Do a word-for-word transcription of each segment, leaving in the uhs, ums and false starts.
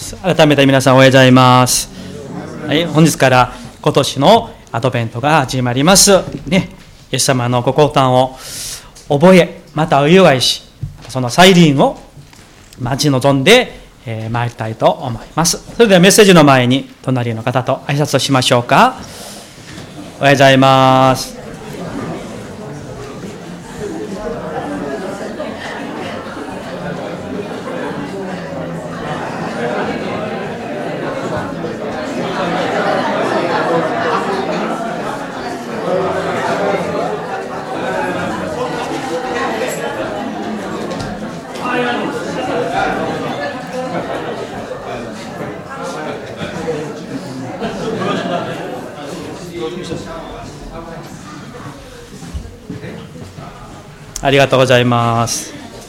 。改めて皆さんおはようございます。はい、本日から今年のアドベントが始まります。ね、イエス様のご降誕を覚え、またお祝いし、その再臨を待ち望んで、えー、参りたいと思います。それではメッセージの前に隣の方と挨拶をしましょうか。おはようございます。ありがとうございます。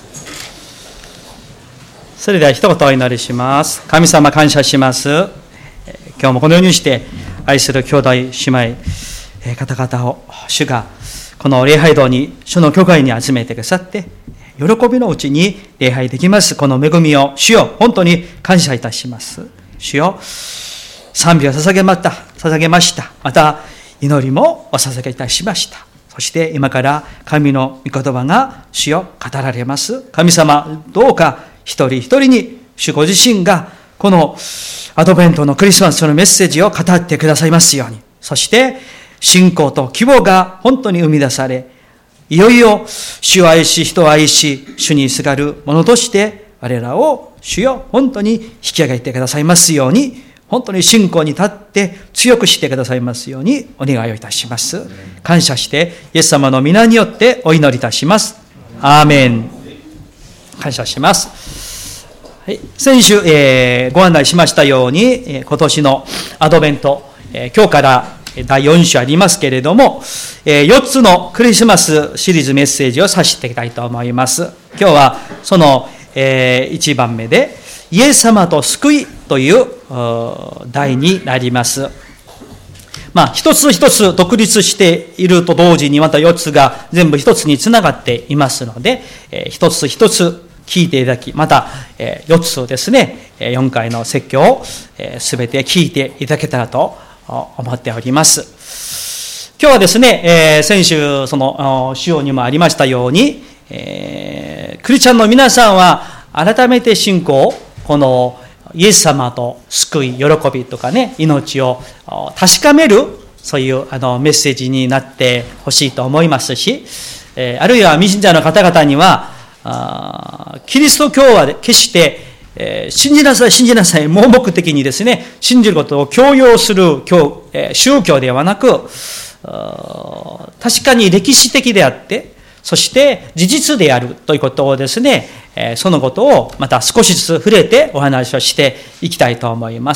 それでは一言お祈りします。神様感謝します。今日もこのようにして愛する兄弟姉妹方々を主がこの礼拝堂に主の教会に集めてくださって喜びのうちに礼拝できますこの恵みを主よ本当に感謝いたします。主よ賛美を捧げました捧げましたまた祈りもお捧げいたしました。そして今から神の御言葉が主よ語られます。神様どうか一人一人に主ご自身がこのアドベントのクリスマスのメッセージを語ってくださいますように、そして信仰と希望が本当に生み出され、いよいよ主を愛し人を愛し主にすがる者として我らを主よ本当に引き上げてくださいますように、本当に信仰に立って強くしてくださいますようにお願いをいたします。感謝してイエス様の皆によってお祈りいたします。アーメン。感謝します。はい、先週、えー、ご案内しましたように、えー、今年のアドベント、えー、今日からだいよん週ありますけれども、えー、よっつのクリスマスシリーズメッセージをさせていきたいと思います。今日はその、えー、いちばんめでイエス様と救いという題になります。まあ一つ一つ独立していると同時にまたよっつが全部一つにつながっていますので、えー、一つ一つ聞いていただき、また、えー、よっつですね、よんかいの説教をすべ、えー、て聞いていただけたらと思っております。今日はですね、えー、先週その主要にもありましたように、えー、クリスチャンの皆さんは改めて信仰をこのイエス様と救い、喜びとかね、命を確かめる、そういうあのメッセージになってほしいと思いますし、えー、あるいは未信者の方々には、あキリスト教は決して、えー、信じなさい、信じなさい、盲目的にですね、信じることを強要する教、えー、宗教ではなく、確かに歴史的であって、そして事実であるということをですね、そのことをまた少しずつ触れてお話をしていきたいと思います。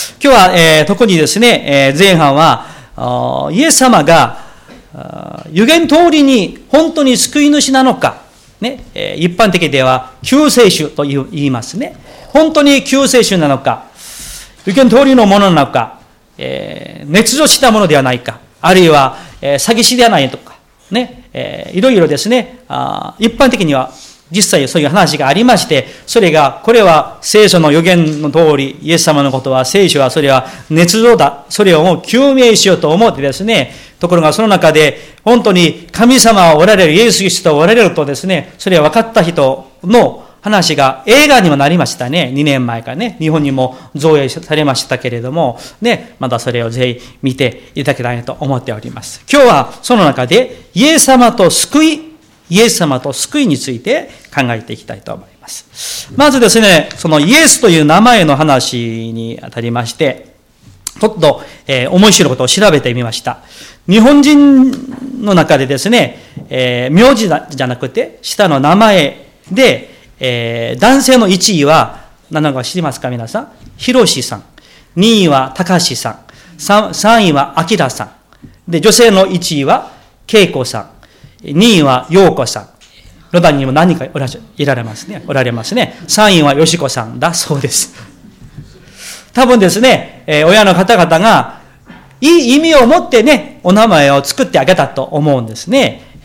今日は、えー、特にですね、前半はイエス様が預言通りに本当に救い主なのか、ね、一般的では救世主と言いますね。本当に救世主なのか、預言通りのものなのか、えー、捏造したものではないか、あるいは、えー、詐欺師ではないとか、ね、えー、いろいろですね、あ一般的には実際そういう話がありまして、それが、これは聖書の預言の通り、イエス様のことは、聖書はそれは捏造だ。それをもう究明しようと思ってですね、ところがその中で、本当に神様はおられる、イエス・キリストはおられるとですね、それは分かった人の話が映画にもなりましたね。にねんまえからね、日本にも上映されましたけれども、ね、またそれをぜひ見ていただきたいと思っております。今日はその中で、イエス様と救い、イエス様と救いについて考えていきたいと思います。まずですね、そのイエスという名前の話にあたりまして、ちょっと、えー、面白いことを調べてみました。日本人の中でですね、えー、名字じゃなくて、下の名前で、えー、男性のいちいは何なのか知りますか皆さん。ひろしさん。にいはたかしさん。さんいはあきらさん。で、女性のいちいはけいこさん。にいはようこさん。ロダンにも何人かおらいられますね。おられますね。さんいはよしこさんだそうです。多分ですね、えー、親の方々がいい意味を持ってね、お名前を作ってあげたと思うんですね。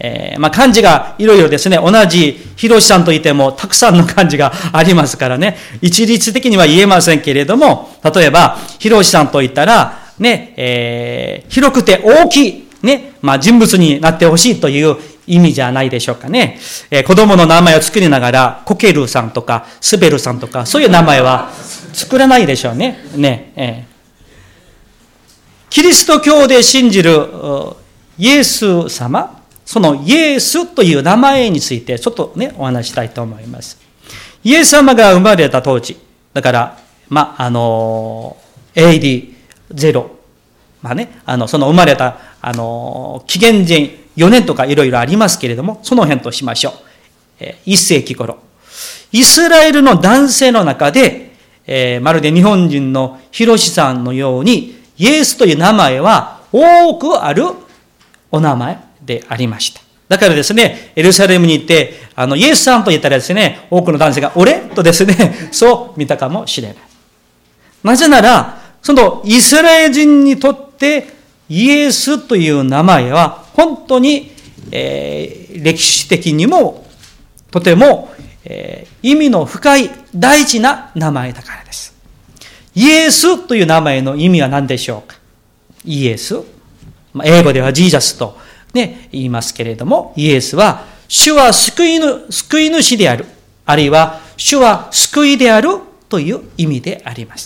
えー、まあ漢字がいろいろですね、同じひろしさんといってもたくさんの漢字がありますからね、一律的には言えませんけれども、例えば、ひろしさんといったら、ね、えー、広くて大きい、ね、まあ人物になってほしいという意味じゃないでしょうかね。えー、子供の名前を作りながら、コケルさんとか、スベルさんとか、そういう名前は作らないでしょうね。ね、えーキリスト教で信じるイエス様、そのイエスという名前についてちょっとね、お話したいと思います。イエス様が生まれた当時、だから、まあ、あの、エーディーゼロ、まあね、あの、その生まれた、あの、紀元前よねんとかいろいろありますけれども、その辺としましょう。えー、いっ世紀頃。イスラエルの男性の中で、えー、まるで日本人のヒロシさんのように、イエスという名前は多くあるお名前でありました。だからですね、エルサレムに行って、あの、イエスさんと言ったらですね、多くの男性が俺とですね、そう見たかもしれない。なぜなら、そのイスラエル人にとってイエスという名前は本当に、えー、歴史的にもとても、えー、意味の深い大事な名前だからです。イエスという名前の意味は何でしょうか。イエス。英語ではジーザスと、ね、言いますけれども、イエスは、主は救いぬ、救い主である。あるいは、主は救いであるという意味であります。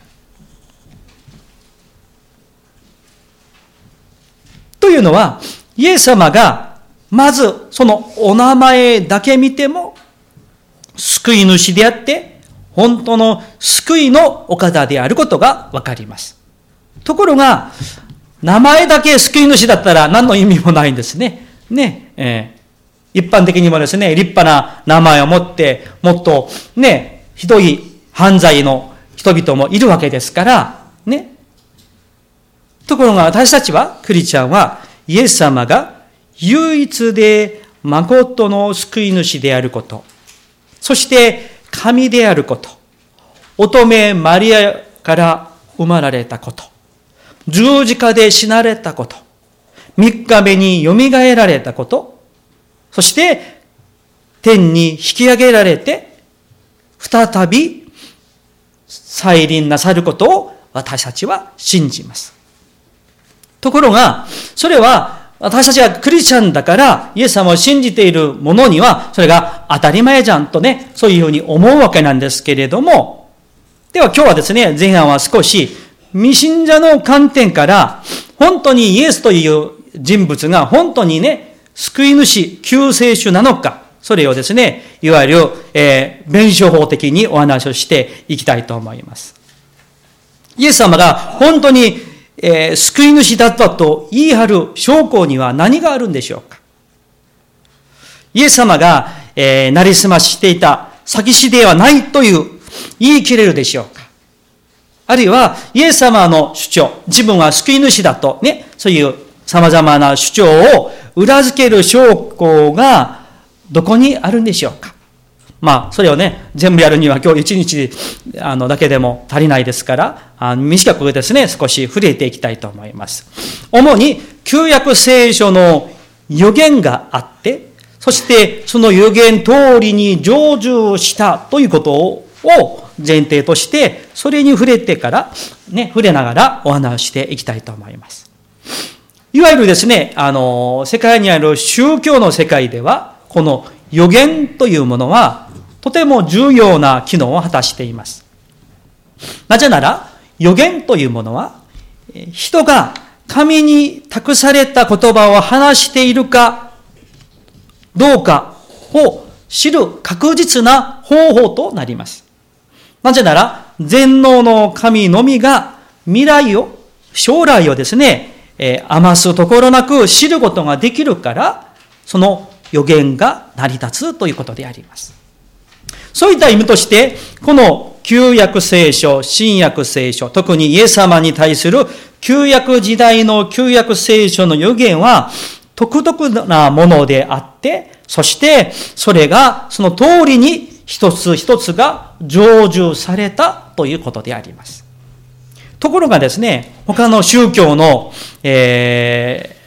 というのは、イエス様が、まず、そのお名前だけ見ても、救い主であって、本当の救いのお方であることがわかります。ところが、名前だけ救い主だったら何の意味もないんですね。ね、えー、一般的にもですね、立派な名前を持って、もっとね、ひどい犯罪の人々もいるわけですから、ね。ところが私たちは、クリスチャンは、イエス様が唯一で誠の救い主であること、そして、神であること、乙女マリアから生まれたこと、十字架で死なれたこと、三日目によみがえられたこと、そして天に引き上げられて、再び再臨なさることを私たちは信じます。ところが、それは私たちがクリスチャンだから、イエス様を信じている者には、それが当たり前じゃんとね、そういうふうに思うわけなんですけれども、では今日はですね、前半は少し、未信者の観点から、本当にイエスという人物が本当にね、救い主、救世主なのか、それをですね、いわゆる、えー、弁証法的にお話をしていきたいと思います。イエス様が本当にえー、救い主だったと言い張る証拠には何があるんでしょうか。イエス様が、えー、なりすましていた詐欺師ではないという言い切れるでしょうか。あるいはイエス様の主張、自分は救い主だとね、そういう様々な主張を裏付ける証拠がどこにあるんでしょうか。まあ、それをね、全部やるには今日一日あのだけでも足りないですから、あの短くですね、少し触れていきたいと思います。主に、旧約聖書の預言があって、そしてその預言通りに成就したということを前提として、それに触れてから、ね、触れながらお話ししていきたいと思います。いわゆるですね、あの、世界にある宗教の世界では、この預言というものは、とても重要な機能を果たしています。なぜなら、預言というものは、人が神に託された言葉を話しているかどうかを知る確実な方法となります。なぜなら、全能の神のみが未来を、将来をですね、余すところなく知ることができるから、その預言が成り立つということであります。そういった意味として、この旧約聖書、新約聖書、特にイエス様に対する旧約時代の旧約聖書の預言は独特なものであって、そしてそれがその通りに一つ一つが成就されたということであります。ところがですね、他の宗教の、えー、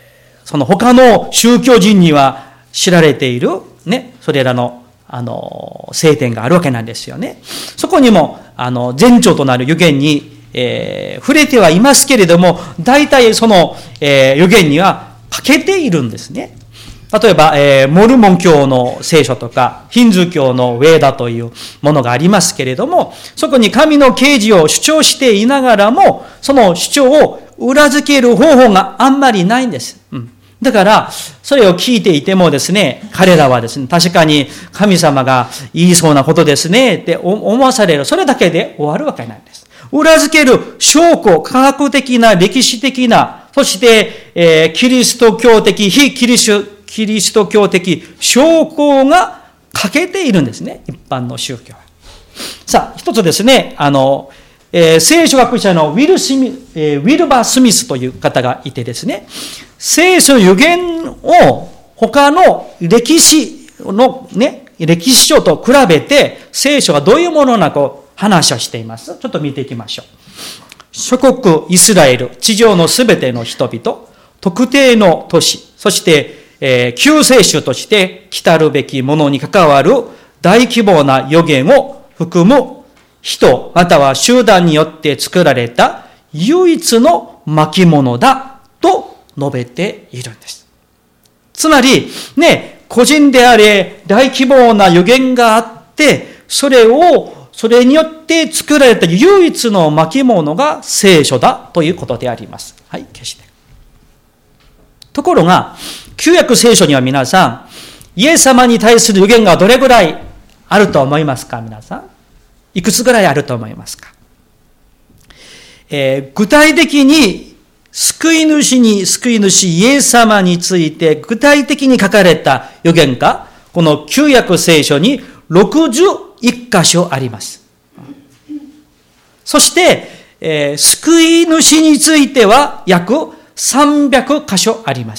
その他の宗教人には知られている、ね、それらの、あの、聖典があるわけなんですよね。そこにも、あの、前兆となる預言に、えー、触れてはいますけれども、大体その、えー、預言には欠けているんですね。例えば、えー、モルモン教の聖書とか、ヒンズー教のウェーダというものがありますけれども、そこに神の啓示を主張していながらも、その主張を裏付ける方法があんまりないんです。うん、だから、それを聞いていてもですね、彼らはですね、確かに神様が言いそうなことですね、って思わされる。それだけで終わるわけなんです。裏付ける証拠、科学的な、歴史的な、そして、えー、キリスト教的、非キリストキリスト教的証拠が欠けているんですね。一般の宗教は。さあ、一つですね、あの、えー、聖書学者のウィルスミ、えー、ウィルバー・スミスという方がいてですね、聖書の預言を他の歴史のね、歴史書と比べて聖書がどういうものなのかを話をしています。ちょっと見ていきましょう。諸国イスラエル、地上のすべての人々、特定の都市、そしてえー、救世主として来たるべきものに関わる大規模な予言を含む人または集団によって作られた唯一の巻物だと述べているんです。つまりね、個人であれ大規模な予言があってそれをそれによって作られた唯一の巻物が聖書だということであります。はい、消して。ところが旧約聖書には皆さん、イエス様に対する預言がどれぐらいあると思いますか？皆さん。いくつぐらいあると思いますか？えー、具体的に救い主に、救い主イエス様について具体的に書かれた預言が、この旧約聖書にろくじゅういっかしょあります。そして、えー、救い主については約さんびゃくかしょあります。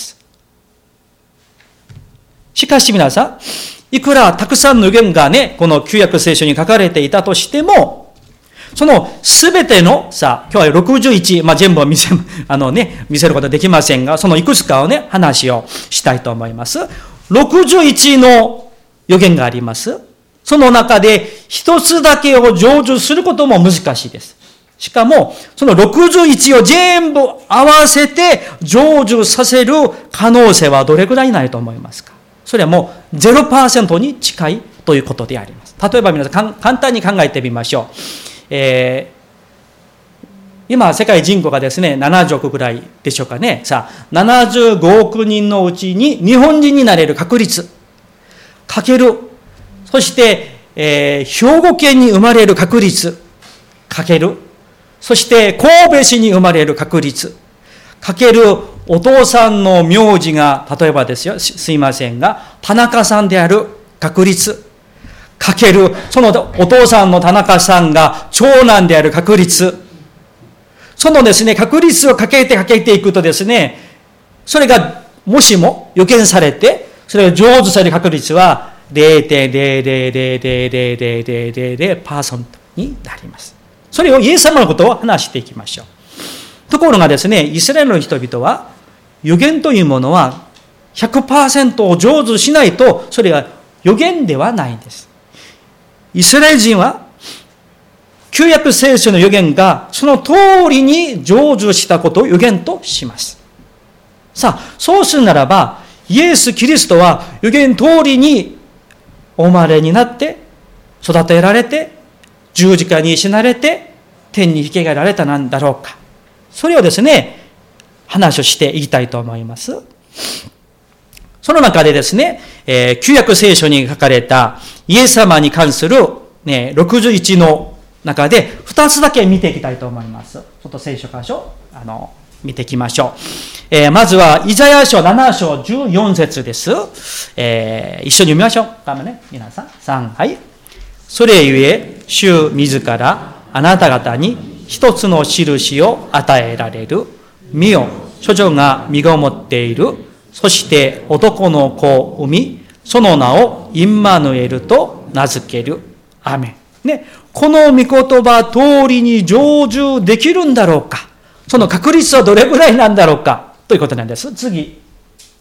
しかし皆さん、いくらたくさんの預言がね、この旧約聖書に書かれていたとしても、そのすべての、さあ、今日はろくじゅういち、まあ、全部は見せ、あのね、見せることはできませんが、そのいくつかをね、話をしたいと思います。ろくじゅういちの預言があります。その中で一つだけを成就することも難しいです。しかも、そのろくじゅういちを全部合わせて成就させる可能性はどれくらいないと思いますか？それはもう ゼロパーセント に近いということであります。例えば皆さん簡単に考えてみましょう。えー、今世界人口がですねななじゅうおくぐらいでしょうかね。さあななじゅうごおくにんのうちに日本人になれる確率かける、そして、えー、兵庫県に生まれる確率かける、そして神戸市に生まれる確率かけるお父さんの名字が、例えばですよ、すいませんが、田中さんである確率、かける、そのお父さんの田中さんが長男である確率、そのですね、確率をかけてかけていくとですね、それがもしも予見されて、それが成就される確率は ゼロてんゼロゼロゼロゼロゼロゼロゼロゼロゼロパーセント になります。それをイエス様のことを話していきましょう。ところがですね、イスラエルの人々は、預言というものは ひゃくパーセント を成就しないと、それは預言ではないんです。イスラエル人は、旧約聖書の預言がその通りに成就したことを預言とします。さあ、そうするならば、イエス・キリストは預言通りにお生まれになって、育てられて、十字架に死なれて、天に引き上げられたなんだろうか。それをですね、話をしていきたいと思います。その中でですね、えー、旧約聖書に書かれたイエス様に関する、ね、ろくじゅういちの中でふたつだけ見ていきたいと思います。ちょっと聖書箇所、あの、見ていきましょう。えー、まずは、イザヤ書なな章じゅうよん節です。えー、一緒に読みましょう。かもね、皆さん。さん、はい。それゆえ、主自らあなた方に一つの印を与えられる。見よ、処女が身ごもっている。そして男の子を産み、その名をインマヌエルと名付ける。アーメン。ね、この御言葉通りに成就できるんだろうか。その確率はどれぐらいなんだろうか。ということなんです。次。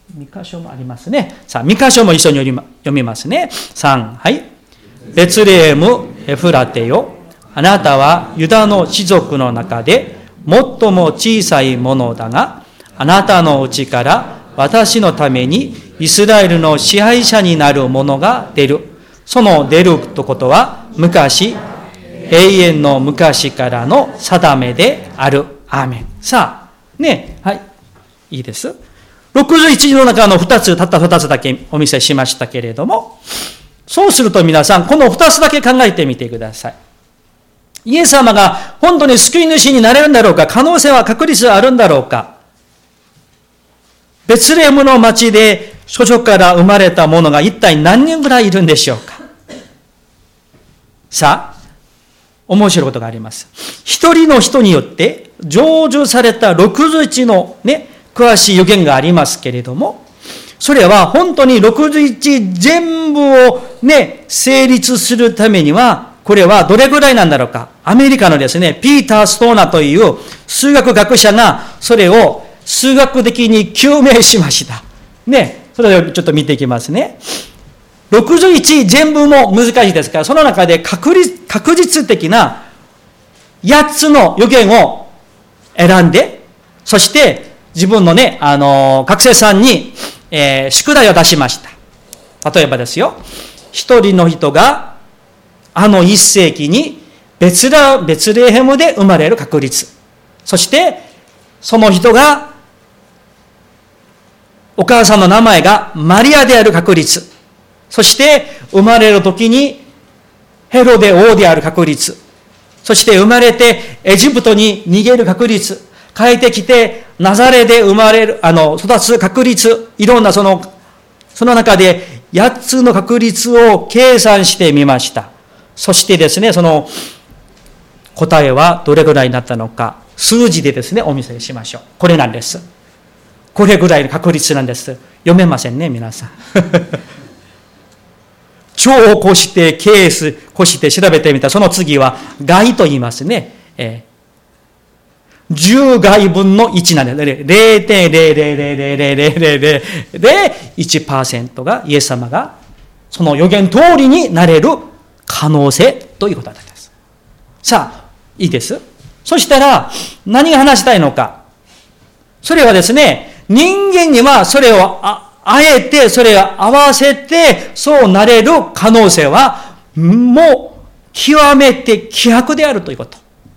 に箇所もありますね。さあ、に箇所も一緒に読みますね。さん、はい。ベツレヘムエフラテよ。あなたはユダの氏族の中で最も小さいものだが、あなたのうちから私のためにイスラエルの支配者になる者が出る。その出るとことは昔、永遠の昔からの定めである。アーメン。さあ、ね、はい、いいです。ろくじゅういちの中のふたつ、たったふたつだけお見せしましたけれども、そうすると皆さん、このふたつだけ考えてみてください。イエス様が本当に救い主になれるんだろうか、可能性は確率はあるんだろうか。ベツレヘムの町で初初から生まれた者が一体何人ぐらいいるんでしょうか。さあ、面白いことがあります。一人の人によって成就されたろくじゅういちのね、詳しい予言がありますけれども、それは本当にろくじゅういち全部をね、成立するためには、これはどれぐらいなんだろうか。アメリカのですね、ピーター・ストーナーという数学学者がそれを数学的に究明しました。ね、それをちょっと見ていきますね。ろくじゅういち全部も難しいですから、その中で確率、確実的なやっつの予言を選んで、そして自分のね、あの、学生さんに、えー、宿題を出しました。例えばですよ、一人の人があの一世紀にベツラ、ベツレヘムで生まれる確率。そしてその人がお母さんの名前がマリアである確率。そして生まれる時にヘロデ王である確率。そして生まれてエジプトに逃げる確率。帰ってきてナザレで生まれる、あの、育つ確率。いろんなその、その中でやっつの確率を計算してみました。そしてですね、その答えはどれぐらいになったのか、数字でですね、お見せしましょう。これなんです。これぐらいの確率なんです。読めませんね、皆さん。超をこしてケースこして調べてみた。その次は外と言いますね。えーじゅう外分のいちなんです。ゼロてんゼロゼロゼロゼロゼロゼロゼロで いちパーセント がイエス様がその予言通りになれる可能性ということなんです。さあ、いいです。そしたら何が話したいのか。それはですね、人間にはそれを あ, あえてそれを合わせてそうなれる可能性はもう極めて希薄であるということ。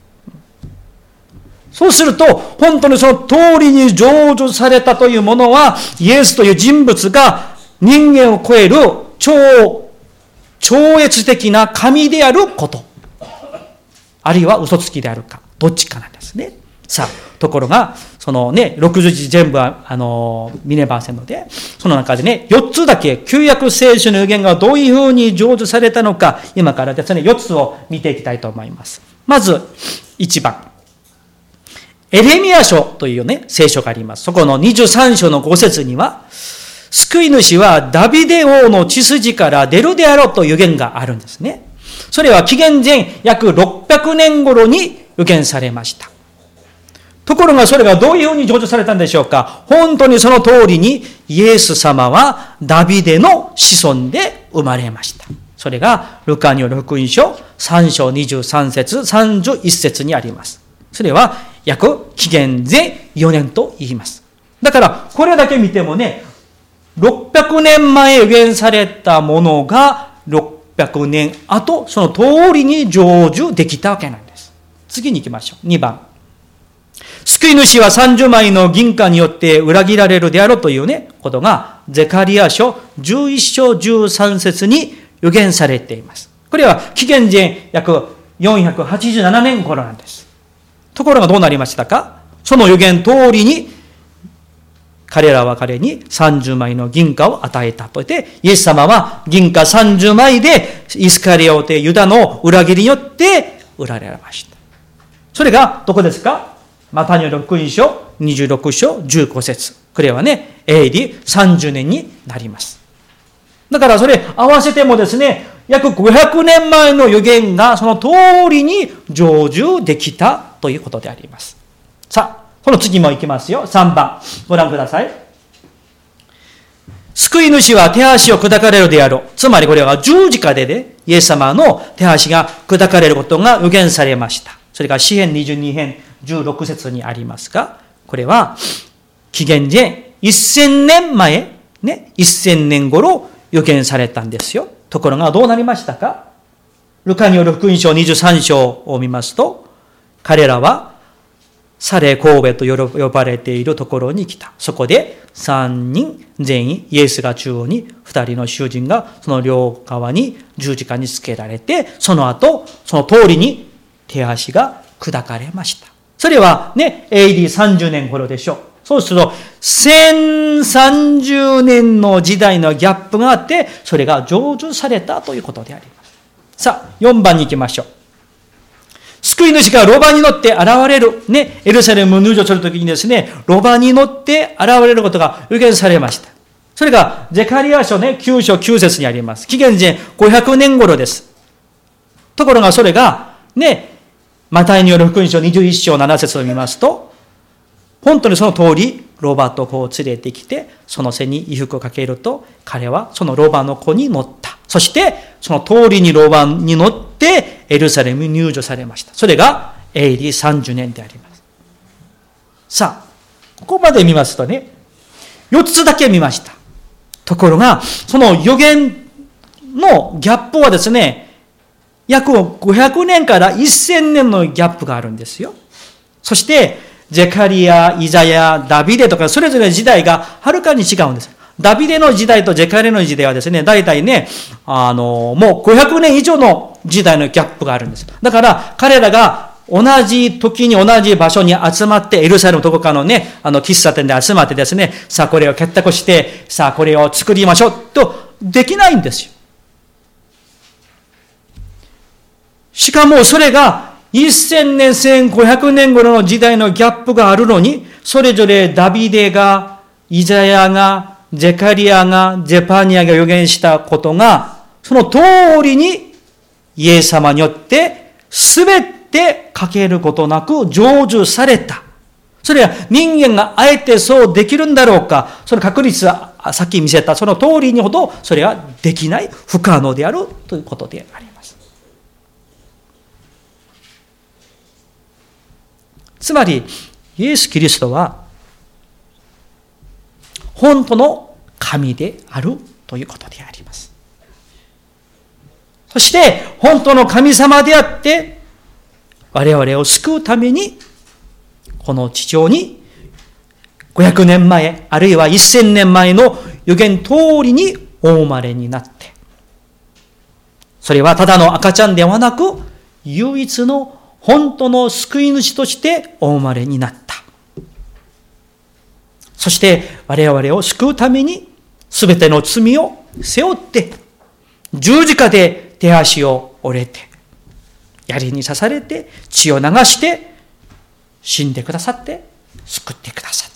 そうすると、本当にその通りに成就されたというものは、イエスという人物が人間を超える超、超越的な神であること。あるいは嘘つきであるか、どっちかなんですね。さあ、ところが、そのね、ろくじゅういち全部は、あの、見れませんので、その中でね、よっつだけ、旧約聖書の予言がどういうふうに成就されたのか、今からですね、よっつを見ていきたいと思います。まず、いちばん。エレミヤ書というね、聖書があります。そこのにじゅうさん章のご節には、救い主はダビデ王の血筋から出るであろうという予言があるんですね。それは紀元前約ろっぴゃくねん頃に予言されました。ところがそれがどういうふうに成就されたんでしょうか。本当にその通りにイエス様はダビデの子孫で生まれました。それがルカによる福音書さん章にじゅうさん節さんじゅういち節にあります。それは約紀元前よねんと言います。だからこれだけ見てもね、ろっぴゃくねんまえ予言されたものがろっぴゃくねん後、その通りに成就できたわけなんです。次に行きましょう。にばん。救い主はさんじゅうまいの銀貨によって裏切られるであろうというね、ことがゼカリヤ書じゅういち章じゅうさん節に予言されています。これは紀元前約よんひゃくはちじゅうななねん頃なんです。ところがどうなりましたか。その予言通りに彼らは彼にさんじゅうまいの銀貨を与えたと言って、イエス様は銀貨さんじゅうまいでイスカリオテユダの裏切りによって売られました。それがどこですか。マタイによる福音書にじゅうろく章じゅうご節。これはね、エーディーさんじゅうねんになります。だからそれ合わせてもですね、約ごひゃくねんまえの予言がその通りに成就できたということであります。さあ、この次もいきますよ。さんばん。ご覧ください。 救い主は手足を砕かれるであろう。つまりこれは十字架でね、イエス様の手足が砕かれることが予言されました。それが詩編にじゅうに編じゅうろく節にありますが、これは紀元前せんねんまえ、ね、せんねん頃予言されたんですよ。ところがどうなりましたか？ルカによる福音書にじゅうさん章を見ますと、彼らはサレ神戸と呼ばれているところに来た。そこでさんにん全員、イエスが中央に、ふたりの囚人がその両側に十字架につけられて、その後、その通りに手足が砕かれました。それはね、エーディーさんじゅうねん頃でしょう。そうすると、せんさんじゅうねんの時代のギャップがあって、それが成就されたということであります。さあ、よんばんに行きましょう。救い主がロバに乗って現れる。ね、エルサレムを入場するときにですね、ロバに乗って現れることが予言されました。それが、ゼカリア書ね、きゅう章きゅう節にあります。紀元前ごひゃくねん頃です。ところがそれが、ね、マタイによる福音書にじゅういっ章なな節を見ますと、本当にその通り、ロバと子を連れてきて、その背に衣服をかけると、彼はそのロバの子に乗った。そして、その通りにロバに乗って、エルサレムに入場されました。それが、エーディーさんじゅうねんであります。さあ、ここまで見ますとね、よっつだけ見ました。ところが、その予言のギャップはですね、約ごひゃくねんからせんねんのギャップがあるんですよ。そして、ゼカリア、イザヤ、ダビデとか、それぞれ時代がはるかに違うんです。ダビデの時代とゼカリアの時代はですね、大体ね、あの、もうごひゃくねん以上の時代のギャップがあるんです。だから、彼らが同じ時に同じ場所に集まって、エルサレムのどこかのね、あの、喫茶店で集まってですね、さあこれを結託して、さあこれを作りましょう、と、できないんですよ。しかもそれが、せんねん、せんごひゃくねん頃の時代のギャップがあるのに、それぞれダビデが、イザヤが、ゼカリアが、ゼパニアが予言したことが、その通りにイエス様によってすべて欠けることなく成就された。それは人間があえてそうできるんだろうか、その確率はさっき見せたその通りにほどそれはできない、不可能であるということであります。つまり、イエス・キリストは、本当の神であるということであります。そして、本当の神様であって、我々を救うために、この地上に、ごひゃくねんまえ、あるいはせんねんまえの予言通りにお生まれになって、それはただの赤ちゃんではなく、唯一の本当の救い主としてお生まれになった。そして我々を救うためにすべての罪を背負って十字架で手足を折れて槍に刺されて血を流して死んでくださって救ってくださった。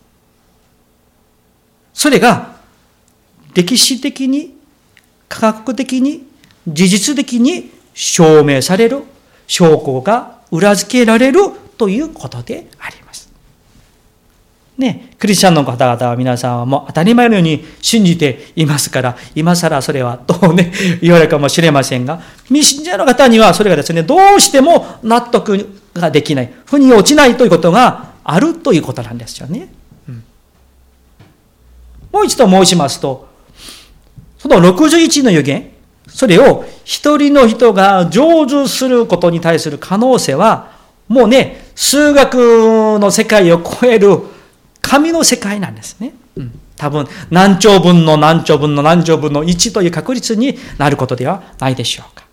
それが歴史的に科学的に事実的に証明される証拠が裏付けられるということであります。ね、クリスチャンの方々は皆さんはもう当たり前のように信じていますから、今更それはとね、言われるかもしれませんが、未信者の方にはそれがですね、どうしても納得ができない、腑に落ちないということがあるということなんですよね。うん、もう一度申しますと、そのろくじゅういちの予言、それを一人の人が成就することに対する可能性は、もうね、数学の世界を超える神の世界なんですね。うん、多分、何兆分の何兆分の何兆分のいちという確率になることではないでしょうか。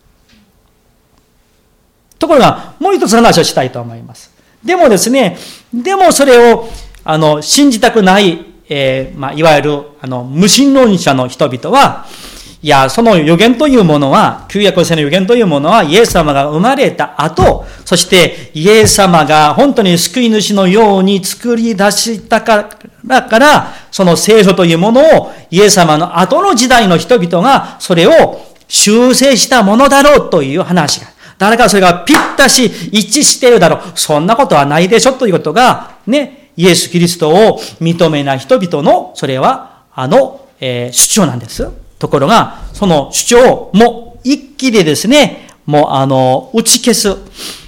ところが、もう一つ話をしたいと思います。でもですね、でもそれを、あの、信じたくない、えー、まあ、いわゆる、あの、無神論者の人々は、いや、その予言というものは、旧約聖の予言というものは、イエス様が生まれた後、そしてイエス様が本当に救い主のように作り出したからから、その聖書というものをイエス様の後の時代の人々がそれを修正したものだろうという話が。誰かそれがぴったし一致しているだろう。そんなことはないでしょということが、ね、イエス・キリストを認めない人々の、それは、あの、 えー、主張なんです。ところが、その主張をもう一気でですね、もうあの、打ち消す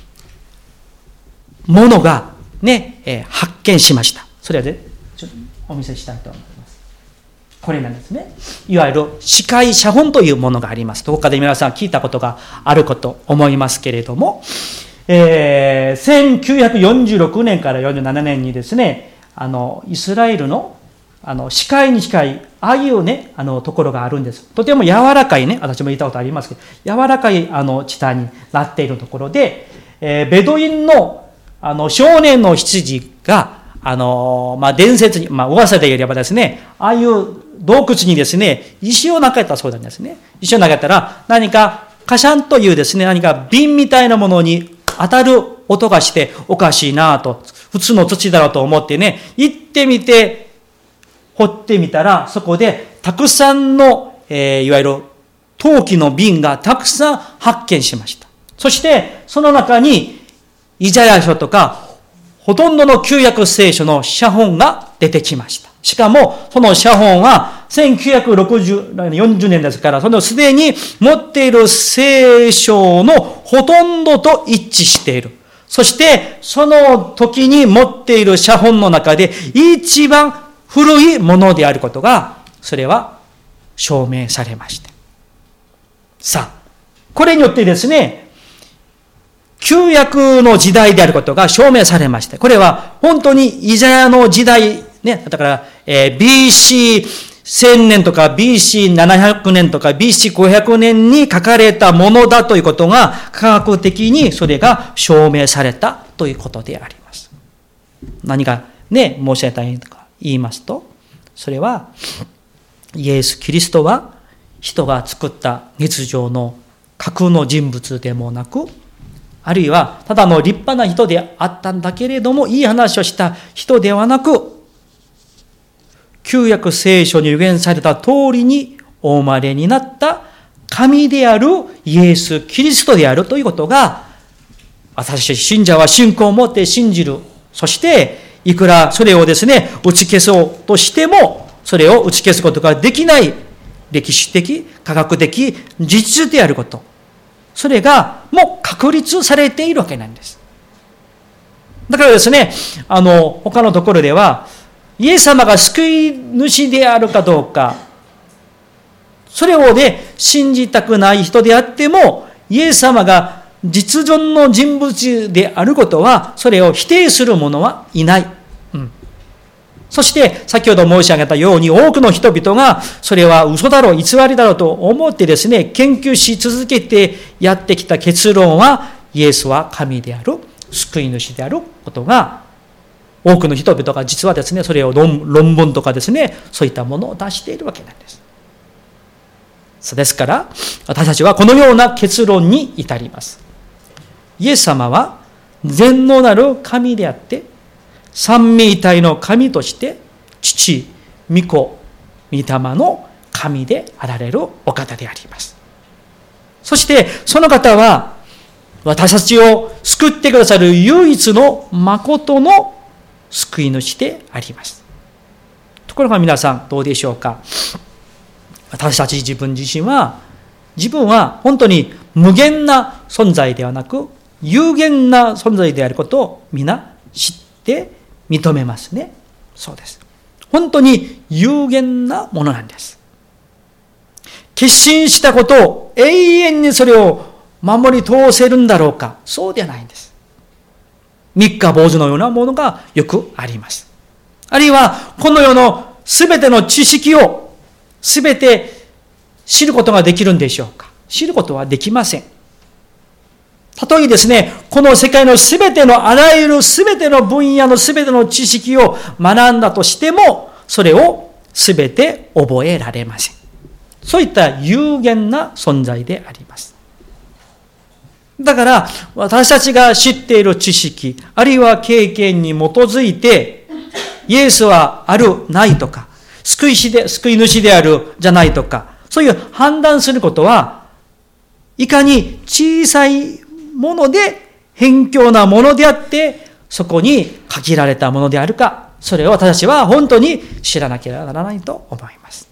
ものがね、えー、発見しました。それで、ちょっとお見せしたいと思います。これなんですね。いわゆる司会写本というものがあります。どこかで皆さん聞いたことがあること思いますけれども、えー、せんきゅうひゃくよんじゅうろくねんからよんじゅうななねんにですね、あの、イスラエルの、あの、視界に近い、ああいうね、あの、ところがあるんです。とても柔らかいね、私も言ったことありますけど、柔らかい、あの、地帯になっているところで、えー、ベドインの、あの、少年の羊が、あの、まあ、伝説に、まあ、噂で言えばですね、ああいう洞窟にですね、石を投げたそうなんですね。石を投げたら、何か、カシャンというですね、何か瓶みたいなものに当たる音がしておかしいなぁと、普通の土だろうと思ってね、行ってみて、掘ってみたら、そこでたくさんの、えー、いわゆる陶器の瓶がたくさん発見しました。そして、その中に、イザヤ書とか、ほとんどの旧約聖書の写本が出てきました。しかも、その写本はせんきゅうひゃくろくじゅう、よんじゅうねんですから、そのすでに持っている聖書のほとんどと一致している。そして、その時に持っている写本の中で一番古いものであることが、それは証明されました。さあ、これによってですね、旧約の時代であることが証明されました。これは本当にイザヤの時代、ね、だから、えー、ビーシーせんねんとか ビーシーななひゃくねんとか ビーシーごひゃくねんに書かれたものだということが科学的にそれが証明されたということであります。何がね、申し上げたいとか言いますと、それはイエス・キリストは人が作った熱情の架空の人物でもなく、あるいはただの立派な人であったんだけれども、いい話をした人ではなく、旧約聖書に預言された通りにお生まれになった神であるイエス・キリストであるということが、私信者は信仰を持って信じる。そして、いくらそれをですね、打ち消そうとしても、それを打ち消すことができない歴史的、科学的事実であること。それがもう確立されているわけなんです。だからですね、あの、他のところでは、イエス様が救い主であるかどうか、それをね、信じたくない人であっても、イエス様が実存の人物であることは、それを否定する者はいない。うん、そして、先ほど申し上げたように、多くの人々が、それは嘘だろう、偽りだろうと思ってですね、研究し続けてやってきた結論は、イエスは神である、救い主であることが、多くの人々が実はですね、それを 論, 論文とかですね、そういったものを出しているわけなんです。そうですから、私たちはこのような結論に至ります。イエス様は全能なる神であって、三位一体の神として、父、御子、御霊の神であられるお方であります。そして、その方は、私たちを救ってくださる唯一の誠の救い主であります。ところが皆さんどうでしょうか。私たち自分自身は、自分は本当に無限な存在ではなく、有限な存在であることを皆知って認めますね。そうです。本当に有限なものなんです。決心したことを永遠にそれを守り通せるんだろうか。そうではないんです。三日坊主のようなものがよくあります。あるいは、この世のすべての知識をすべて知ることができるんでしょうか。知ることはできません。たとえですね、この世界のすべてのあらゆるすべての分野のすべての知識を学んだとしても、それをすべて覚えられません。そういった有限な存在であります。だから、私たちが知っている知識、あるいは経験に基づいて、イエスはある、ないとか、救い主で、救い主である、じゃないとか、そういう判断することは、いかに小さいもので、偏狭なものであって、そこに限られたものであるか、それを私は本当に知らなければならないと思います。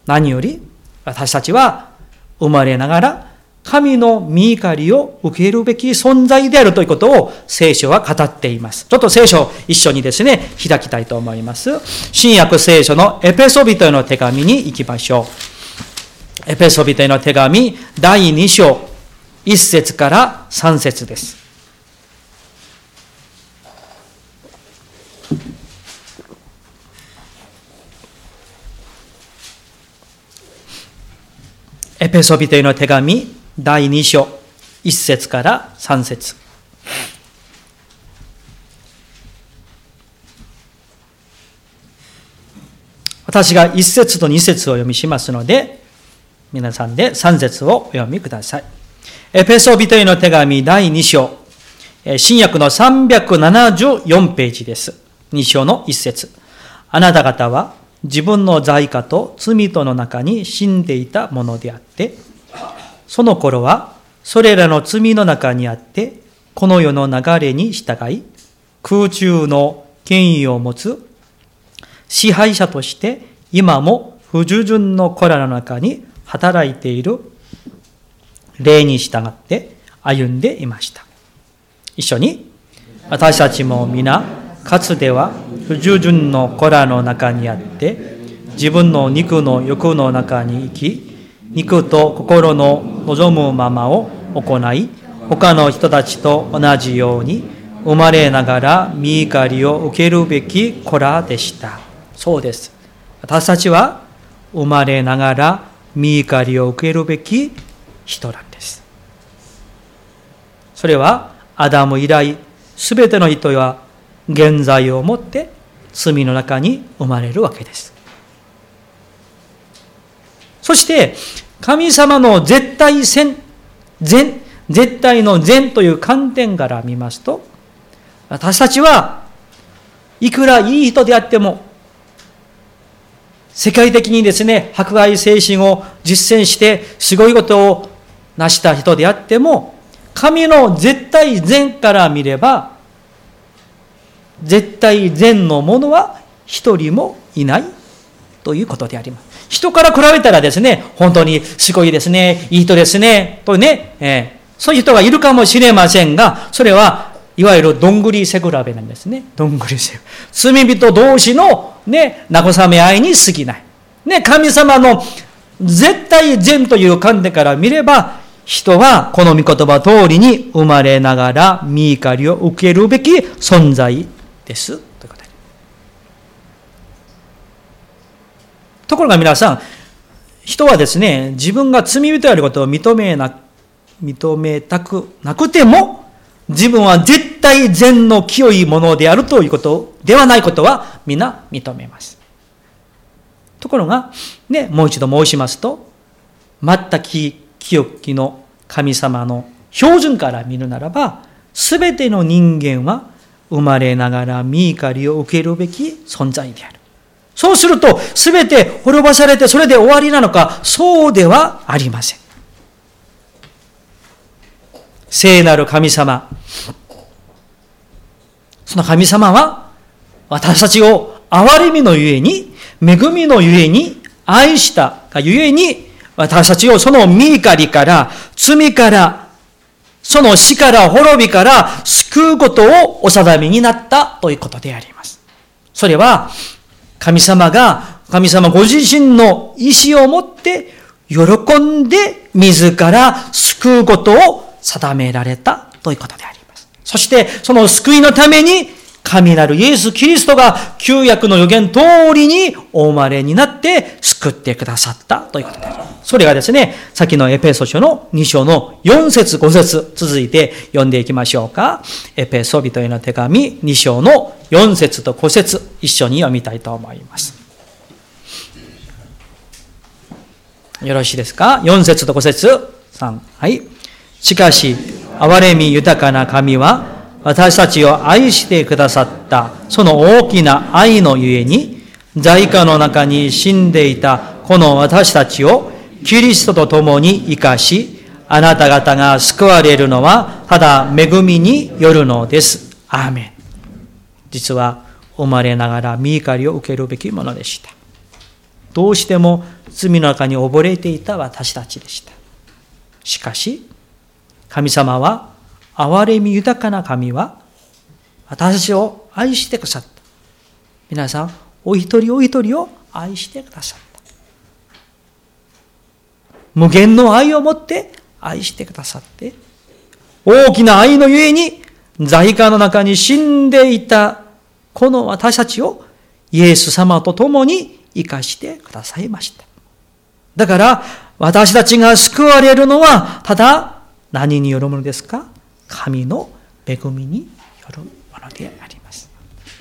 何より私たちは生まれながら神の御怒りを受けるべき存在であるということを聖書は語っています。ちょっと聖書を一緒にですね、開きたいと思います。新約聖書のエペソビトへの手紙に行きましょう。エペソビトへの手紙だいに章いっ節からさん節です。エペソビトへの手紙だいに章いっ節からさん節。私がいっ節とに節を読みしますので、皆さんでさん節をお読みください。エペソビトへの手紙だいに章、新約のさんびゃくななじゅうよんページです。に章のいっ節。あなた方は自分の罪過と罪との中に死んでいたものであって、その頃はそれらの罪の中にあって、この世の流れに従い、空中の権威を持つ支配者として今も不従順の子らの中に働いている霊に従って歩んでいました。一緒に、私たちも皆かつては不従順の子らの中にあって、自分の肉の欲の中に生き、肉と心の望むままを行い、他の人たちと同じように生まれながら御怒りを受けるべき子らでした。そうです。私たちは生まれながら御怒りを受けるべき人なんです。それはアダム以来、すべての人は現在をもって罪の中に生まれるわけです。そして神様の絶対善、善、絶対の善という観点から見ますと、私たちはいくらいい人であっても、世界的にですね、迫害精神を実践してすごいことを成した人であっても、神の絶対善から見れば、絶対善のものは一人もいないということであります。人から比べたらですね、本当にすごいですね、いい人ですね、とね、えー、そういう人がいるかもしれませんが、それはいわゆるどんぐり背比べなんですね。どんぐり背比べ。罪人同士のね、慰め合いに過ぎない。ね、神様の絶対善という観点から見れば、人はこの御言葉通りに生まれながら御怒りを受けるべき存在です。ということで。ところが皆さん、人はですね、自分が罪人であることを認めな、認めたくなくても、自分は絶対善の清いものであるということではないことは皆認めます。ところが、ね、もう一度申しますと、全く清きの神様の標準から見るならば、すべての人間は生まれながら御怒りを受けるべき存在である。そうすると、すべて滅ぼされてそれで終わりなのか、そうではありません。聖なる神様、その神様は私たちを憐れみのゆえに、恵みのゆえに、愛したがゆえに、私たちをその御怒りから、罪から、その死から、滅びから救うことをお定めになったということであります。それは、神様が、神様ご自身の意志を持って、喜んで自ら救うことを定められたということであります。そして、その救いのために、神なるイエス・キリストが旧約の予言通りにお生まれになって救ってくださったということであります。それがですね、先のエペソ書のに章のよん節ご節続いて読んでいきましょうか。エペソ人への手紙に章のよん節とご節一緒に読みたいと思います。よろしいですか。よん節とご節さん、はい。しかし憐れみ豊かな神は私たちを愛してくださったその大きな愛のゆえに、罪過の中に死んでいたこの私たちをキリストと共に生かし、あなた方が救われるのはただ恵みによるのです。アーメン。実は生まれながら御怒りを受けるべきものでした。 どうしても罪の中に溺れていた私たちでした。しかし、神様は、憐れみ豊かな神は、私たちを愛してくださった。皆さん、お一人お一人を愛してくださった。無限の愛を持って愛してくださって、大きな愛のゆえに、罪禍の中に死んでいたこの私たちをイエス様と共に生かしてくださいました。だから私たちが救われるのはただ何によるものですか？神の恵みによるものであります。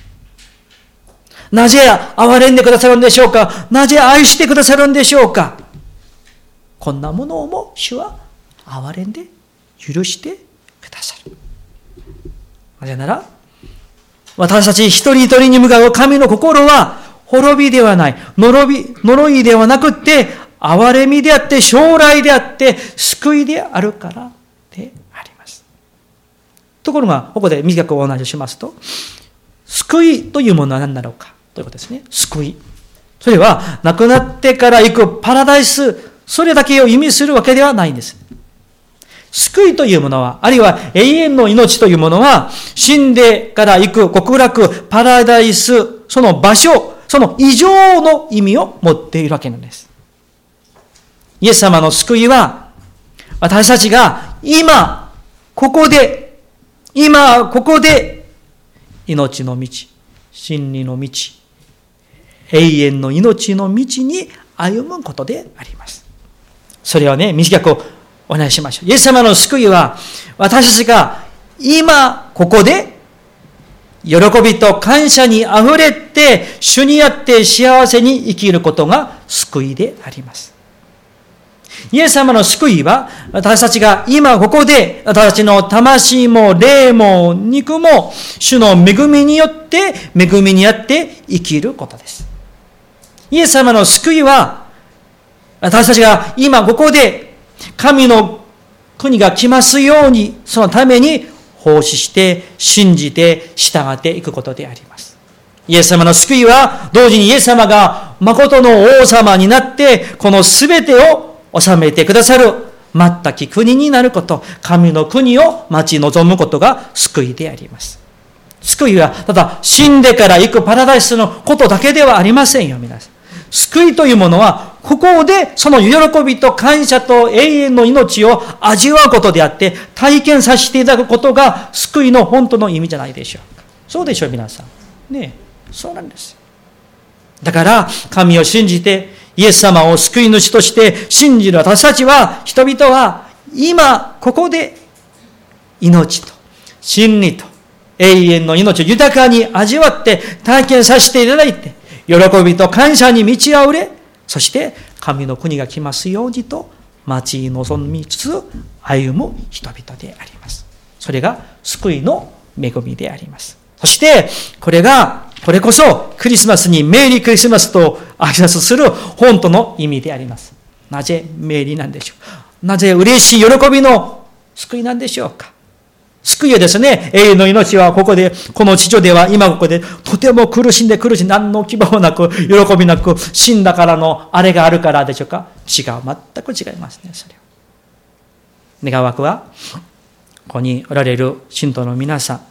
なぜ憐れんでくださるんでしょうか？なぜ愛してくださるんでしょうか？こんなものをも主は憐れんで許してくださる。なぜなら、私たち一人一人に向かう神の心は、滅びではない、呪び、呪いではなくって、憐れみであって、将来であって、救いであるからであります。ところが、ここで短くお話ししますと、救いというものは何だろうかということですね。救い。それは、亡くなってから行くパラダイス、それだけを意味するわけではないんです。救いというものは、あるいは永遠の命というものは、死んでから行く極楽、パラダイス、その場所、その以上の意味を持っているわけなんです。イエス様の救いは、私たちが今、ここで、今、ここで、命の道、真理の道、永遠の命の道に歩むことであります。それはね、短くお願いしましょう。イエス様の救いは、私たちが今ここで喜びと感謝にあふれて、主にあって幸せに生きることが救いであります。イエス様の救いは、私たちが今ここで、私たちの魂も霊も肉も、主の恵みによって、恵みにあって生きることです。イエス様の救いは、私たちが今ここで、神の国が来ますように、そのために奉仕して、信じて、従っていくことであります。イエス様の救いは、同時にイエス様が誠の王様になって、このすべてを治めてくださる、全き国になること、神の国を待ち望むことが救いであります。救いは、ただ死んでから行くパラダイスのことだけではありませんよ、皆さん。救いというものは、ここでその喜びと感謝と永遠の命を味わうことであって、体験させていただくことが救いの本当の意味じゃないでしょうか。そうでしょう、皆さん。ねえ、そうなんです。だから、神を信じて、イエス様を救い主として信じる私たちは、人々は今、ここで命と真理と永遠の命を豊かに味わって体験させていただいて、喜びと感謝に満ち溢れ、そして神の国が来ますようにと待ち望みつつ歩む人々であります。それが救いの恵みであります。そしてこれが、これこそクリスマスにメリークリスマスと挨拶する本当の意味であります。なぜメリーなんでしょう。なぜ嬉しい喜びの救いなんでしょうか。救いはですね、永遠の命はここで、この地上では今ここでとても苦しんで苦しんで何の希望もなく、喜びなく、死んだからのあれがあるからでしょうか。違う。全く違いますね、それは。願わくは、ここにおられる信徒の皆さん、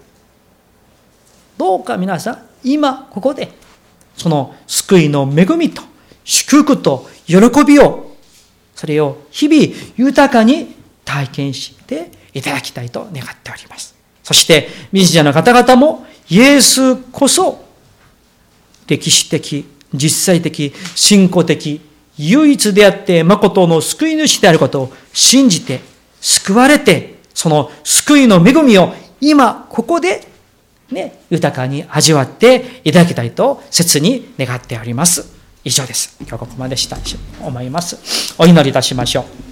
どうか皆さん、今ここで、その救いの恵みと祝福と喜びを、それを日々豊かに体験していただきたいと願っております。そして、未信者の方々も、イエスこそ、歴史的、実際的、信仰的、唯一であって、誠の救い主であることを信じて、救われて、その救いの恵みを今、ここで、ね、豊かに味わっていただきたいと切に願っております。以上です。今日はここまでしたいと思います。お祈りいたしましょう。